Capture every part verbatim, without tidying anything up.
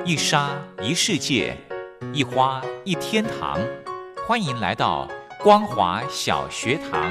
一沙一世界，一花一天堂。欢迎来到光华小学堂。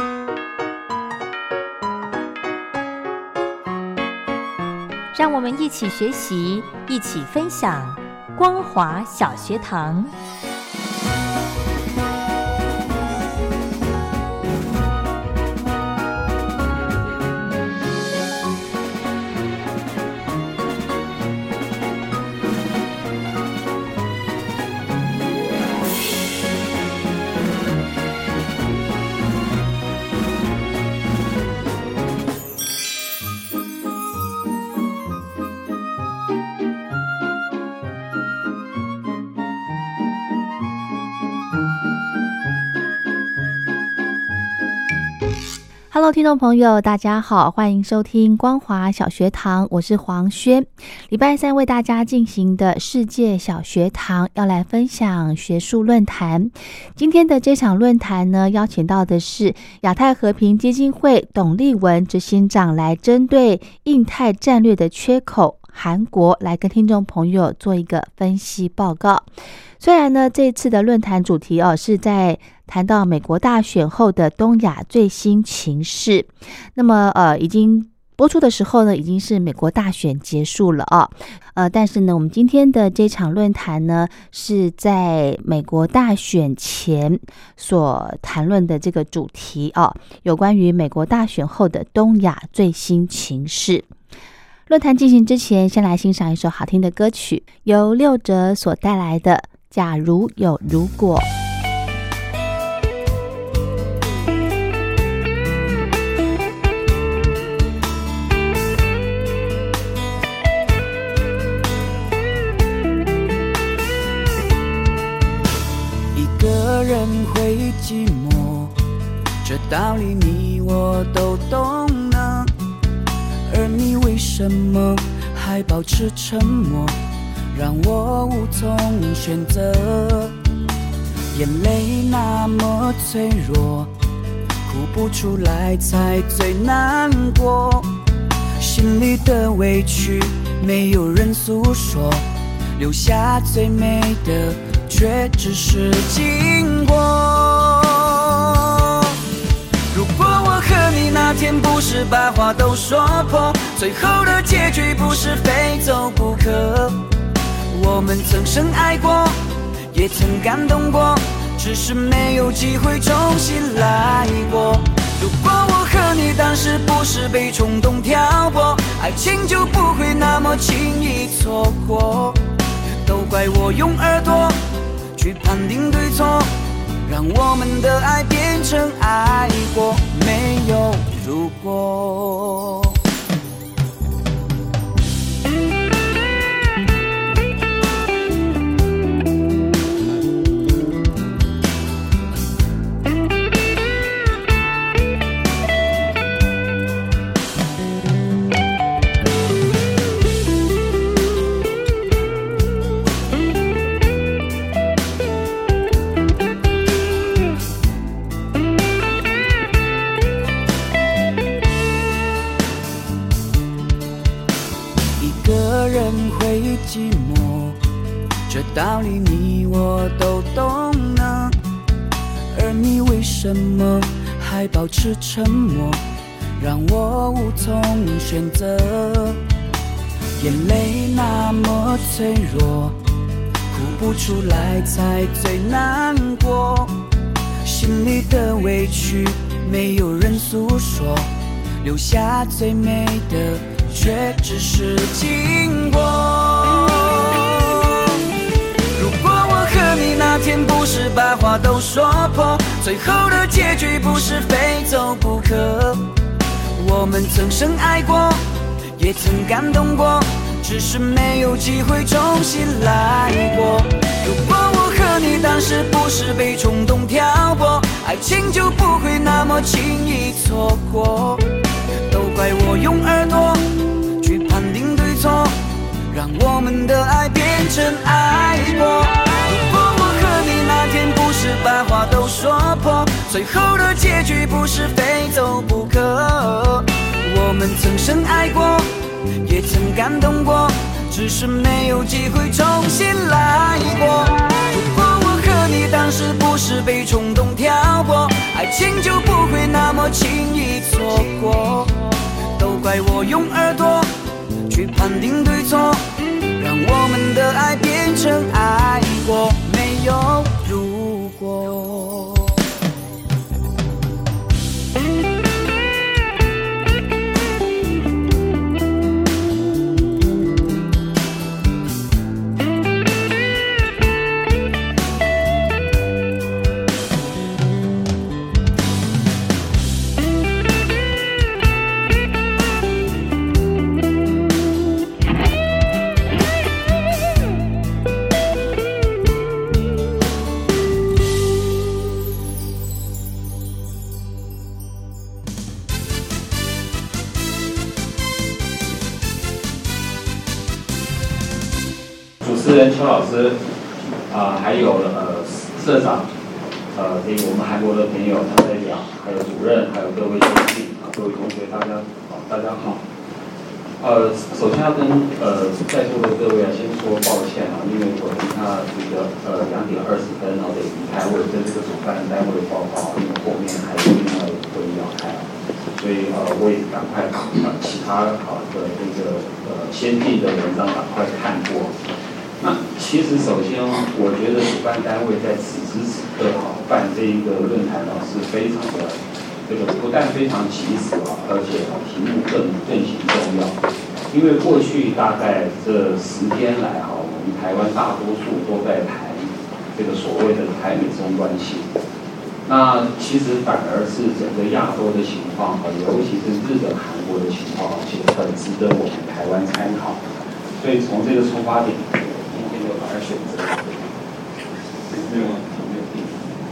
让我们一起学习，一起分享光华小学堂。Hello， 听众朋友，大家好，欢迎收听光华小学堂，我是黄轩。礼拜三为大家进行的世界小学堂，要来分享学术论坛。今天的这场论坛呢，邀请到的是亚太和平基金会董立文执行长，来针对印太战略的缺口，韩国来跟听众朋友做一个分析报告。虽然呢，这次的论坛主题哦是在谈到美国大选后的东亚最新情势，那么呃，已经播出的时候呢，已经是美国大选结束了啊、哦，呃，但是呢，我们今天的这场论坛呢，是在美国大选前所谈论的这个主题哦，有关于美国大选后的东亚最新情势。论坛进行之前，先来欣赏一首好听的歌曲，由六哲所带来的《假如有如果》。 一个人会寂寞，这道理你我都懂呢，而你为什么还保持沉默，让我无从选择。眼泪那么脆弱，哭不出来才最难过，心里的委屈没有人诉说，留下最美的却只是经过。如果我和你那天不是把话都说破，最后的结局不是非走不可，我们曾深爱过，也曾感动过，只是没有机会重新来过。如果我和你当时不是被冲动挑拨，爱情就不会那么轻易错过。都怪我用耳朵去判定对错，让我们的爱变成爱过，没有如果。寂寞，这道理你我都懂呢，而你为什么还保持沉默，让我无从选择。眼泪那么脆弱，哭不出来才最难过，心里的委屈没有人诉说，留下最美的却只是经过。如果我和你那天不是把话都说破，最后的结局不是非走不可，我们曾深爱过，也曾感动过，只是没有机会重新来过。如果我和你当时不是被冲动挑拨，爱情就不会那么轻易错过。都怪我用耳朵去判定对错，让我们的爱变成爱过。如果我和你那天不是把话都说破，最后的结局不是非走不可，我们曾深爱过，也曾感动过，只只是没有机会重新来过。如果我和你当时不是被冲动挑拨，爱情就不会那么轻易错过。都怪我用耳朵去判定对错，让我们的爱变成爱过，没有如果。 主持人邱老师，啊、呃，还有呃社长，呃，这个我们韩国的朋友张代表，还有主任，还有各位先进啊，各位同学，大家好，大家好。呃，首先要跟呃在座的各位啊，先说抱歉啊，因为我等下这个呃两点二十分然后得离开，我有跟这个主办单位报告，因为后面还有另外一个会议要开，所以呃我也赶快把其他好的这个呃先进的文章赶快看过。那其实首先，我觉得主办单位在此时此刻哈办这一个论坛呢是非常的这个不但非常及时啊，而且题目更更形重要。因为过去大概这十天来哈，我们台湾大多数都在谈这个所谓的台美中关系。那其实反而是整个亚洲的情况哈，尤其是日本、韩国的情况，其实很值得我们台湾参考。所以从这个出发点，就反而选择没有没有定，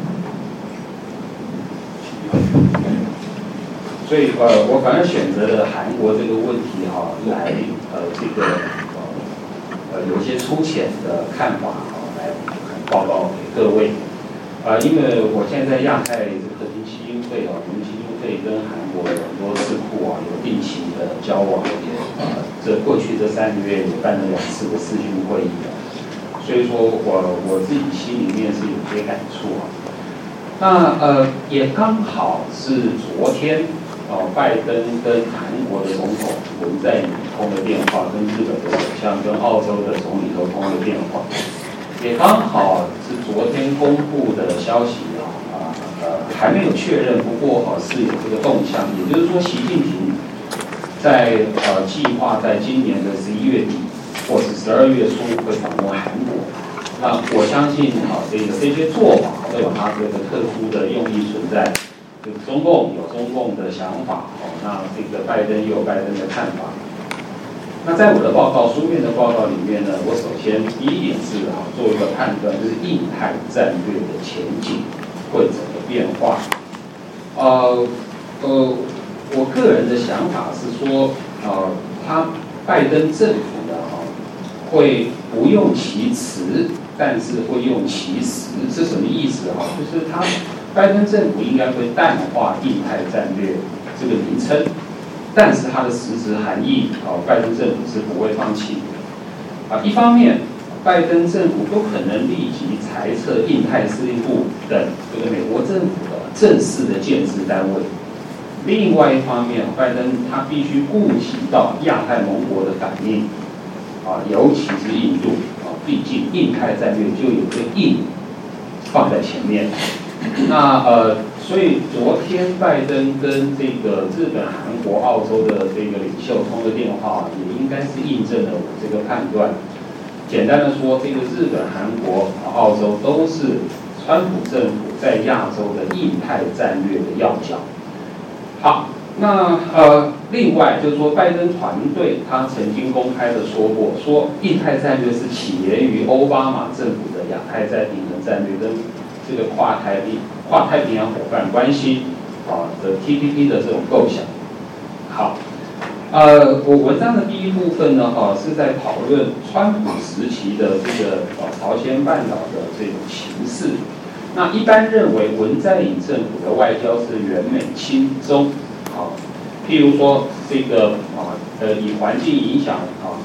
所以呃，我反而选择了韩国这个问题哈、哦，来呃这个呃有一些粗浅的看法哈、哦，来报告给各位。啊、呃，因为我现在在亚太这个和平基金会啊，我们基金会跟韩国很多智库啊有定期的交往，也呃这过去这三个月也办了两次的视讯会议啊。所以说我我自己心里面是有些感触啊。那呃也刚好是昨天哦、呃，拜登跟韩国的总统文在寅通了电话，跟日本的首相跟澳洲的总理都通了电话，也刚好是昨天公布的消息啊啊呃还没有确认，不过哈、啊、是有这个动向，也就是说习近平在呃计划在今年的十一月底。或是十二月初会访问韩国，那我相信啊，这个这些做法会有它这个特殊的用意存在。就中共有中共的想法，哦，那这个拜登也有拜登的看法。那在我的报告书面的报告里面呢，我首先第一点是啊，做一个判断，就是印太战略的前景会怎么变化。呃呃，我个人的想法是说，呃，他拜登政府呢，哈、哦。会不用其词，但是会用其实，是什么意思啊？就是他拜登政府应该会淡化印太战略这个名称，但是它的实质含义啊，拜登政府是不会放弃的啊。一方面，拜登政府不可能立即裁撤印太司令部等这个美国政府的正式的建制单位；另外一方面，拜登他必须顾及到亚太盟国的反应。啊，尤其是印度啊，毕竟印太战略就有个印放在前面。那呃，所以昨天拜登跟这个日本、韩国、澳洲的这个领袖通了电话，也应该是印证了我这个判断。简单的说，这个日本、韩国、澳洲都是川普政府在亚洲的印太战略的要角。好。那呃，另外就是说，拜登团队他曾经公开的说过，说印太战略是起源于奥巴马政府的亚太再平衡战略跟这个跨太平跨太平洋伙伴关系啊的 T P P 的这种构想。好，呃，我文章的第一部分呢，哈、啊、是在讨论川普时期的这个啊朝鲜半岛的这种情势。那一般认为，文在寅政府的外交是远美亲中。啊，譬如说这个啊，呃，以环境影响啊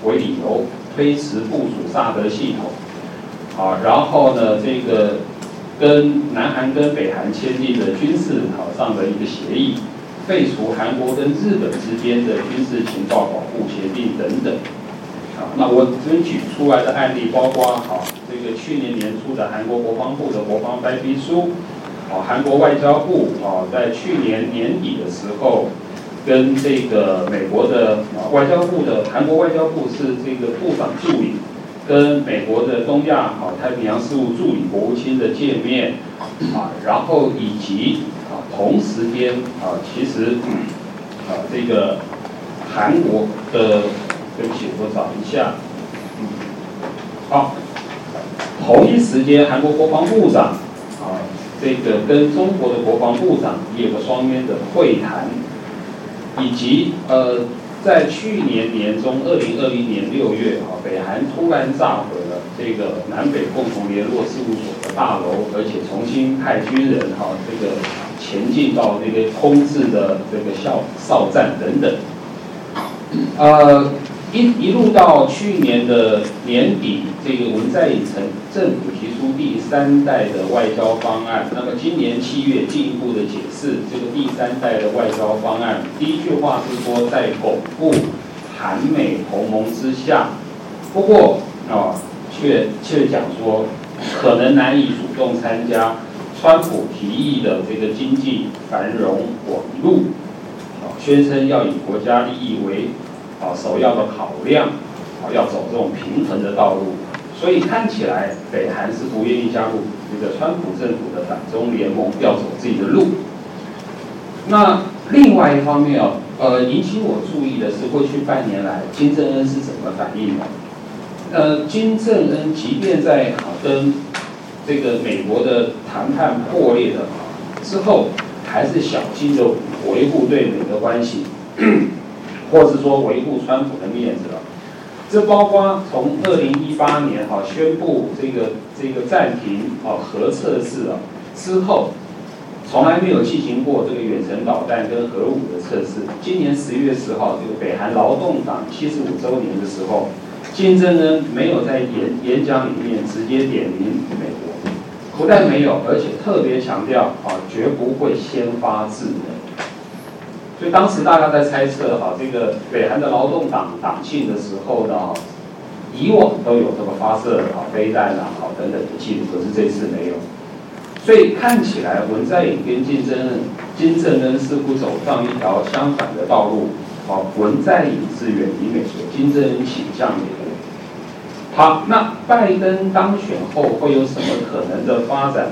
为理由，推迟部署萨德系统，啊，然后呢，这个跟南韩跟北韩签订的军事好上的一个协议，废除韩国跟日本之间的军事情报保护协定等等。啊，那我这边举出来的案例包括好这个去年年初的韩国国防部的国防白皮书，啊，韩国外交部啊在去年年底的时候。跟这个美国的外交部的韩国外交部是这个部长助理，跟美国的东亚啊太平洋事务助理国务卿的见面啊，然后以及啊同时间啊其实啊这个韩国的对不起我找一下，嗯，好，同一时间韩国国防部长啊这个跟中国的国防部长也有个双边的会谈。以及呃，在去年年中，二零二零年六月啊，北韩突然炸毁了这个南北共同联络事务所的大楼，而且重新派军人哈、啊，这个前进到这个空置的这个哨哨站等等。呃，一一路到去年的年底，这个文在寅政政府提出第三代的外交方案。那么今年七月进一步的解释这个第三代的外交方案。第一句话是说，在巩固韩美同盟之下，不过啊，却却讲说可能难以主动参加川普提议的这个经济繁荣网路，啊，宣称要以国家利益为啊首要的考量，啊，要走这种平衡的道路。所以看起来北韩是不愿意加入这个川普政府的反中联盟，要走自己的路。那另外一方面哦，呃，引起我注意的是，过去半年来金正恩是怎么反应的？呃，金正恩即便在啊跟这个美国的谈判破裂的之后，还是小心的维护对美的关系，或是说维护川普的面子了。这包括从二零一八年哈宣布这个这个暂停啊核测试啊之后，从来没有进行过这个远程导弹跟核武的测试。今年十一月十号，这个北韩劳动党七十五周年的时候，金正恩没有在演演讲里面直接点名美国，不但没有，而且特别强调啊绝不会先发制人。所以当时大家在猜测哈，这个北韩的劳动党党庆的时候呢，以往都有这个发射啊飞弹啊好等等的记录，可是这次没有。所以看起来文在寅跟金正恩金正恩似乎走上一条相反的道路。好，文在寅是远离美国，金正恩倾向美国。好，那拜登当选后会有什么可能的发展？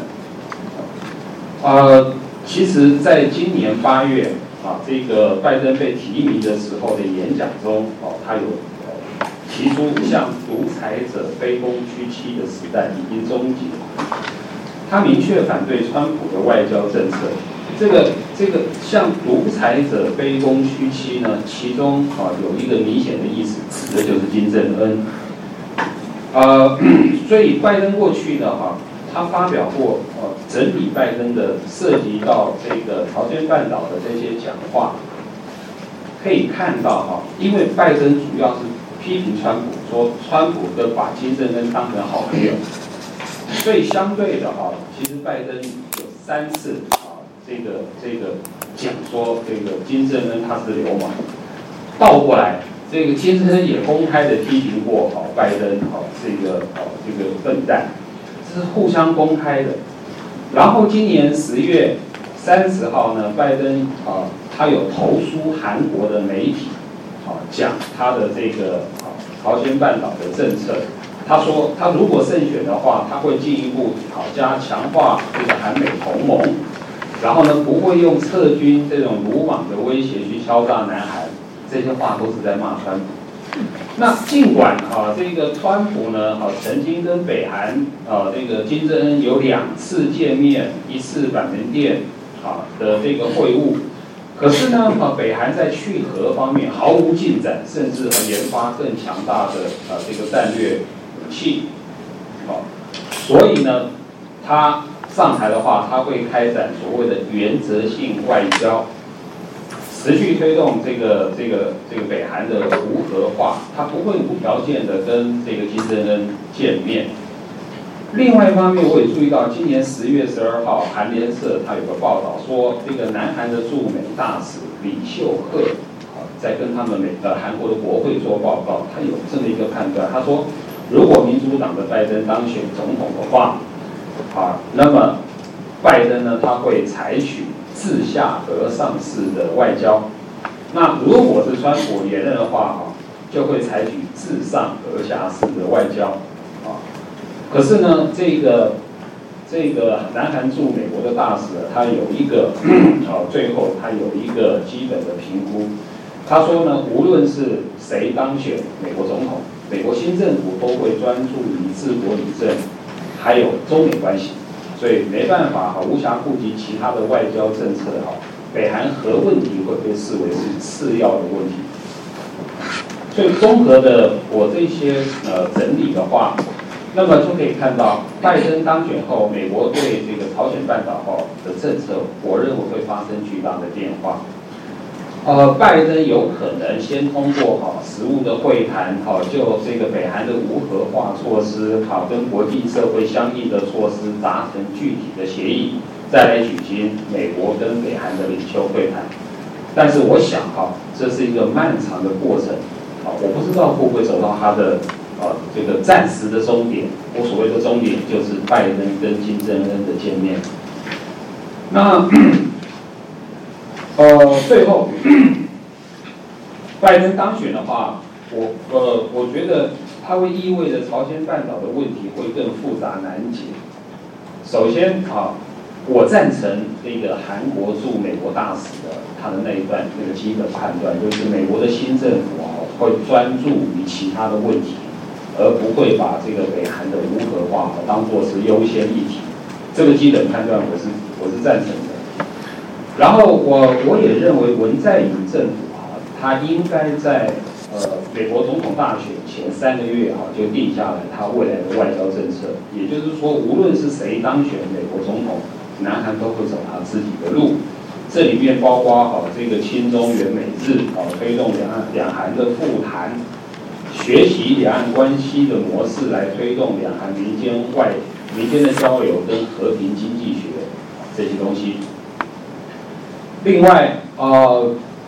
呃，其实在今年八月。啊，这个拜登被提名的时候的演讲中，哦，他有呃提出向独裁者卑躬屈膝的时代已经终结。他明确反对川普的外交政策。这个这个向独裁者卑躬屈膝呢，其中啊有一个明显的意思，指的就是金正恩。呃，所以拜登过去呢，哈、啊。他发表过呃整理拜登的涉及到这个朝鲜半岛的这些讲话，可以看到哈，因为拜登主要是批评川普，说川普跟把金正恩当成好朋友，所以相对的哈，其实拜登有三次啊这个这个讲说这个金正恩他是流氓，倒过来这个金正恩也公开的批评过好拜登好这个好这个笨蛋。是互相公开的，然后今年十月三十号呢，拜登啊，他有投书韩国的媒体，啊，讲他的这个啊朝鲜半岛的政策。他说，他如果胜选的话，他会进一步好加强化这个韩美同盟，然后呢，不会用撤军这种鲁莽的威胁去敲诈南韩。这些话都是在骂川普。那尽管啊，这个川普呢，啊，曾经跟北韩啊，这个金正恩有两次见面，一次板门店啊的这个会晤，可是呢，啊，北韩在去核方面毫无进展，甚至还研发更强大的啊这个战略武器，啊，所以呢，他上台的话，他会开展所谓的原则性外交。 持续推动这个这个这个北韩的无核化，他不会无条件的跟这个金正恩见面。另外一方面，我也注意到，今年十月十二号，韩联社它有个报道说，这个南韩的驻美大使李秀赫啊，在跟他们美呃韩国的国会做报告，他有这么一个判断，他说，如果民主党的拜登当选总统的话，啊，那么拜登呢，他会采取自下而上式的外交。那如果是川普连任的话，啊，就会采取自上而下式的外交。啊，可是呢，这个这个南韩驻美国的大使，他有一个啊，最后他有一个基本的评估。他说呢，无论是谁当选美国总统，美国新政府都会专注于治国理政，还有中美关系。所以没办法哈，无暇顾及其他的外交政策哈，北韩核问题会被视为是次要的问题。所以综合的我这些呃整理的话，那么就可以看到，拜登当选后，美国对这个朝鲜半岛后的政策，我认为会发生巨大的变化。呃，拜登有可能先通过哈实务的会谈，哈就这个北韩的无核化措施，好跟国际社会相应的措施达成具体的协议，再来举行美国跟北韩的领袖会谈。但是我想哈，这是一个漫长的过程，啊，我不知道会不会走到他的呃这个暂时的终点。我所谓的终点就是拜登跟金正恩的见面。那。呃，最后，拜登当选的话，我呃，我觉得它会意味着朝鲜半岛的问题会更复杂难解。首先啊，我赞成那个韩国驻美国大使的他的那一段那个基本判断，就是美国的新政府啊会专注于其他的问题，而不会把这个北韩的无核化当作是优先议题。这个基本判断我是我是赞成的。然后我我也认为文在寅政府啊，他应该在呃美国总统大选前三个月啊就定下来他未来的外交政策。也就是说，无论是谁当选美国总统，南韩都会走他自己的路。这里面包括好这个亲中援美日啊，推动两岸两韩的复谈，学习两岸关系的模式来推动两韩民间外民间的交流跟和平经济学这些东西。另外，呃，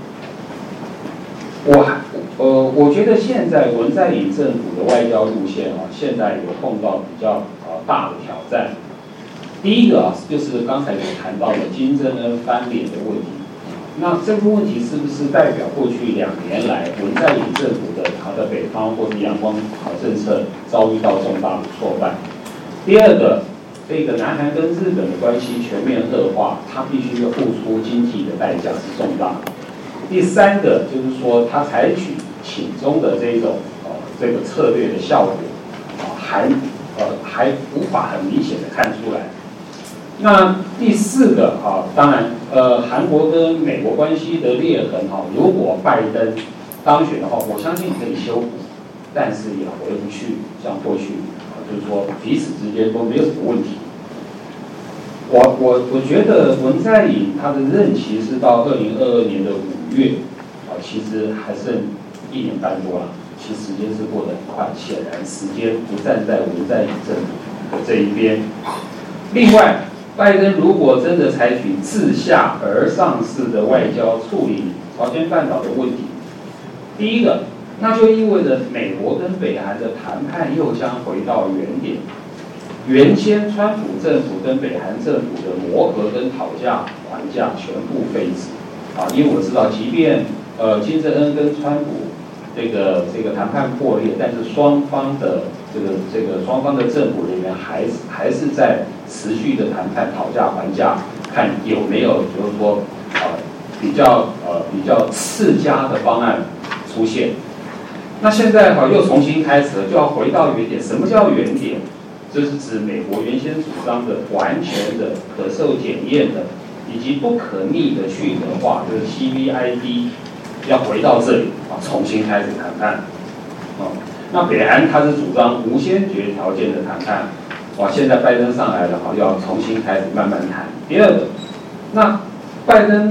我还呃，我觉得现在文在寅政府的外交路线啊，现在有碰到比较呃大的挑战。第一个啊，就是刚才有谈到的金正恩翻脸的问题。那这个问题是不是代表过去两年来文在寅政府的他的北方或者阳光好政策遭遇到重大的挫败？第二个。这个南韩跟日本的关系全面恶化，它必须要付出经济的代价是重大的。第三个就是说，它采取亲中的这种呃这个策略的效果啊，还呃还无法很明显的看出来。那第四个啊，当然呃韩国跟美国关系的裂痕哈，如果拜登当选的话，我相信可以修补，但是也回不去像过去。就是说彼此之间都没有什么问题。我我我觉得文在寅他的任期是到二零二二年的五月，啊，其实还剩一年半多了，其实时间是过得很快，显然时间不站在文在寅政府的这一边。另外，拜登如果真的采取自下而上式的外交处理朝鲜半岛的问题，第一个。那就意味着美国跟北韩的谈判又将回到原点。原先川普政府跟北韩政府的磨合跟讨价还价全部废止啊，因为我知道，即便呃金正恩跟川普这个这个谈判破裂，但是双方的这个这个双方的政府人员还是还是在持续的谈判讨价还价，看有没有就是说呃比较呃比较次佳的方案出现。那现在哈又重新开始了，就要回到原点。什么叫原点？这是指美国原先主张的完全的、可受检验的，以及不可逆的去核化，就是 C V I D， 要回到这里啊，重新开始谈判。哦，那北韩他是主张无先决条件的谈判，哇，现在拜登上来了，哈，要重新开始慢慢谈。第二个，那拜登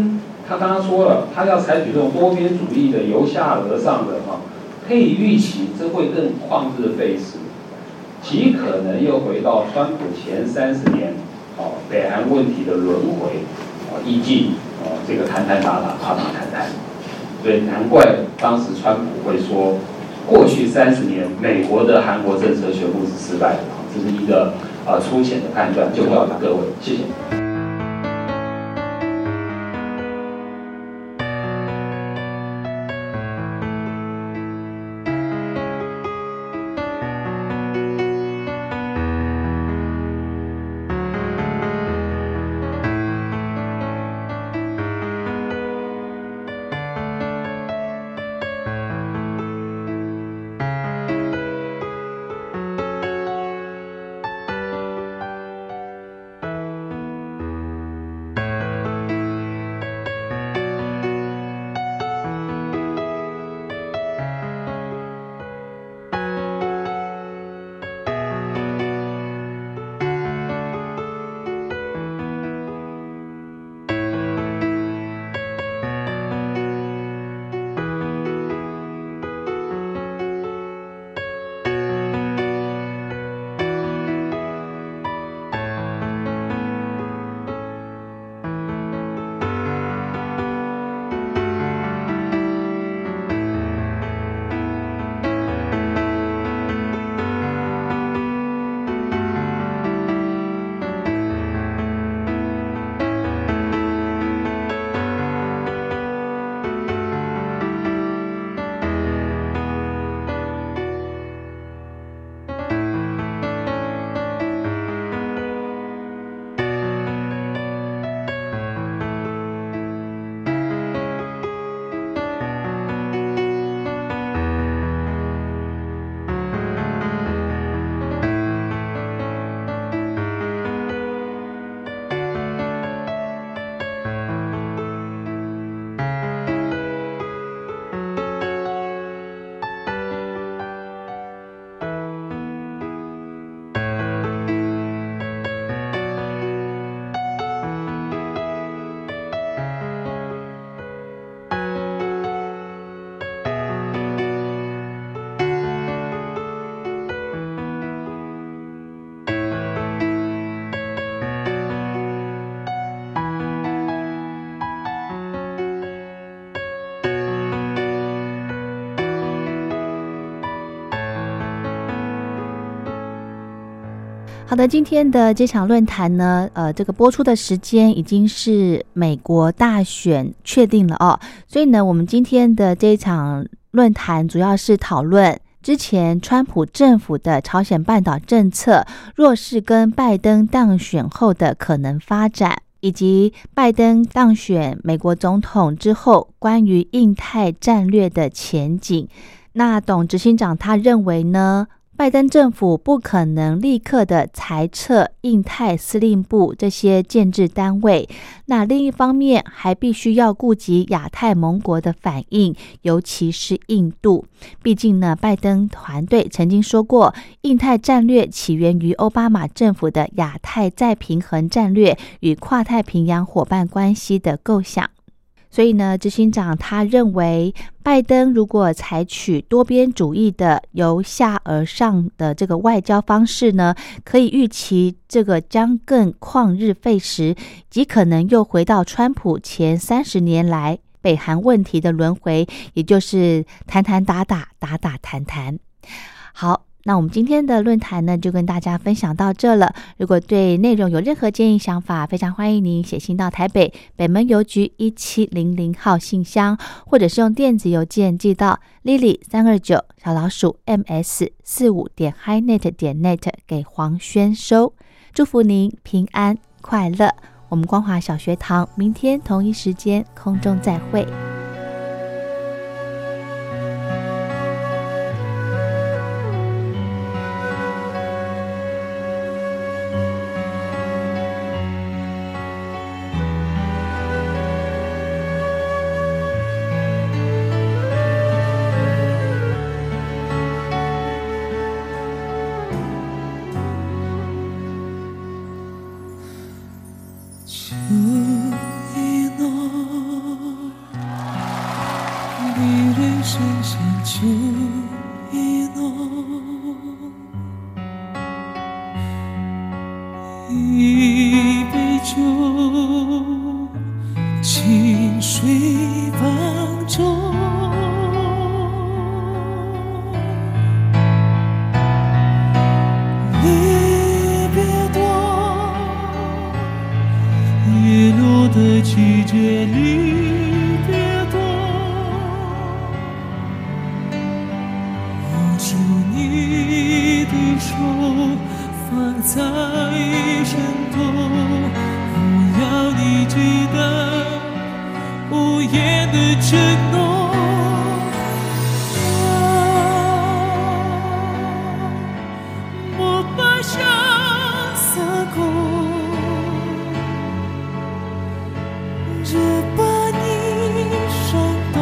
他刚刚说了，他要采取这种多边主义的由下而上的哈，可以预期这会更旷日费时，极可能又回到川普前三十年哦北韩问题的轮回哦，意境哦这个谈谈打打打打谈谈，所以难怪当时川普会说，过去三十年美国的韩国政策全部是失败的，这是一个呃粗浅的判断，就告诉各位，谢谢。 好的，今天的这场论坛呢，呃，这个播出的时间已经是美国大选确定了哦，所以呢，我们今天的这一场论坛主要是讨论之前川普政府的朝鲜半岛政策，若是跟拜登当选后的可能发展，以及拜登当选美国总统之后关于印太战略的前景。那董执行长他认为呢，拜登政府不可能立刻的裁撤印太司令部这些建制单位，那另一方面还必须要顾及亚太盟国的反应，尤其是印度。毕竟呢，拜登团队曾经说过，印太战略起源于奥巴马政府的亚太再平衡战略与跨太平洋伙伴关系的构想。所以呢，执行长他认为，拜登如果采取多边主义的由下而上的这个外交方式呢，可以预期这个将更旷日费时，极可能又回到川普前三十年来北韩问题的轮回，也就是谈谈打打，打打谈谈。好，那我们今天的论坛呢，就跟大家分享到这了。如果对内容有任何建议想法，非常欢迎您写信到台北北门邮局一七零零号信箱，或者是用电子邮件寄到 lily 三二九 小老鼠 ms 四五 点 highnet 点 net 给黄轩收。祝福您平安快乐。我们光华小学堂明天同一时间空中再会。 注意の酒，清水泛舟。离别多，叶落的季节离别多，握住你的手，放在身头，我要你记得无言的承诺。我把相思苦，只把你伤到，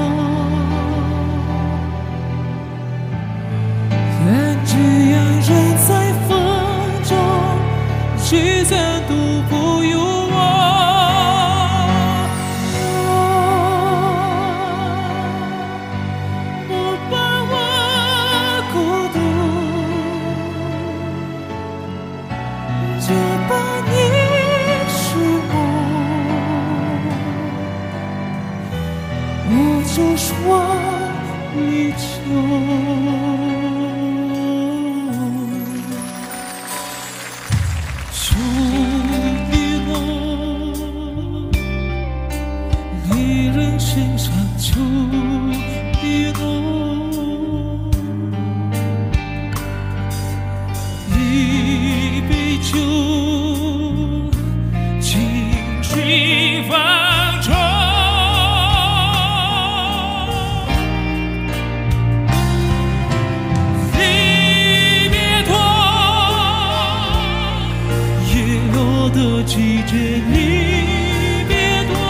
看这样人在风中，聚散都不由我。我把我孤独，只把你是我，我就是我离愁。秋意浓，离人身上秋意浓，一杯酒，清水泛舟。离别多，叶落的季节离别多，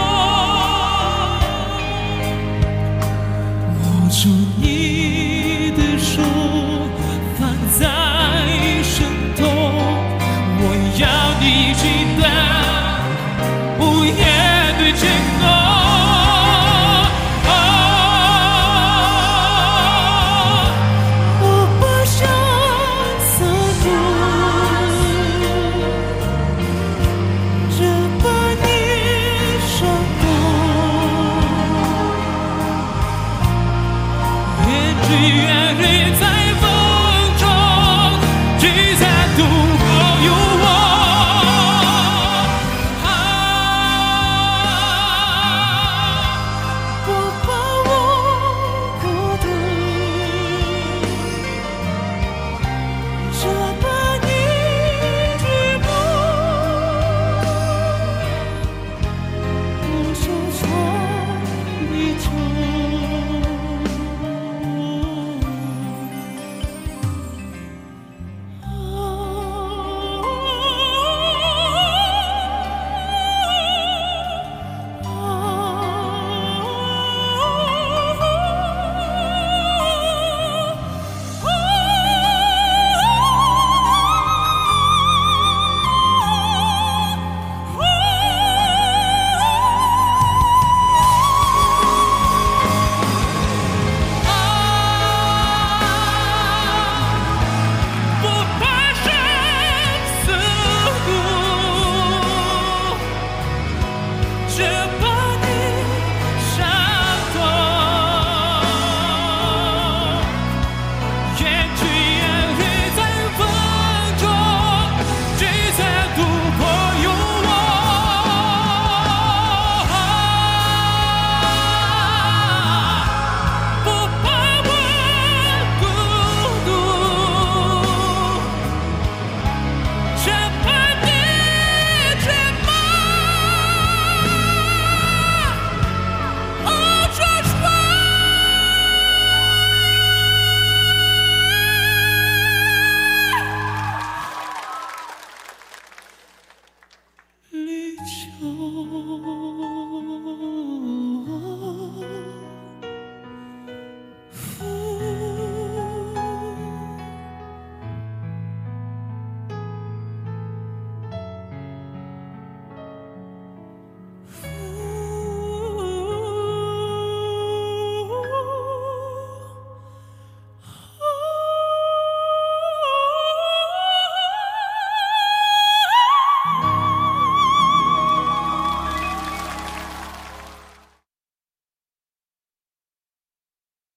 握住你的手，放在身头，我要你记得无言的承诺。我把相思苦，只把你伤到，愿只愿人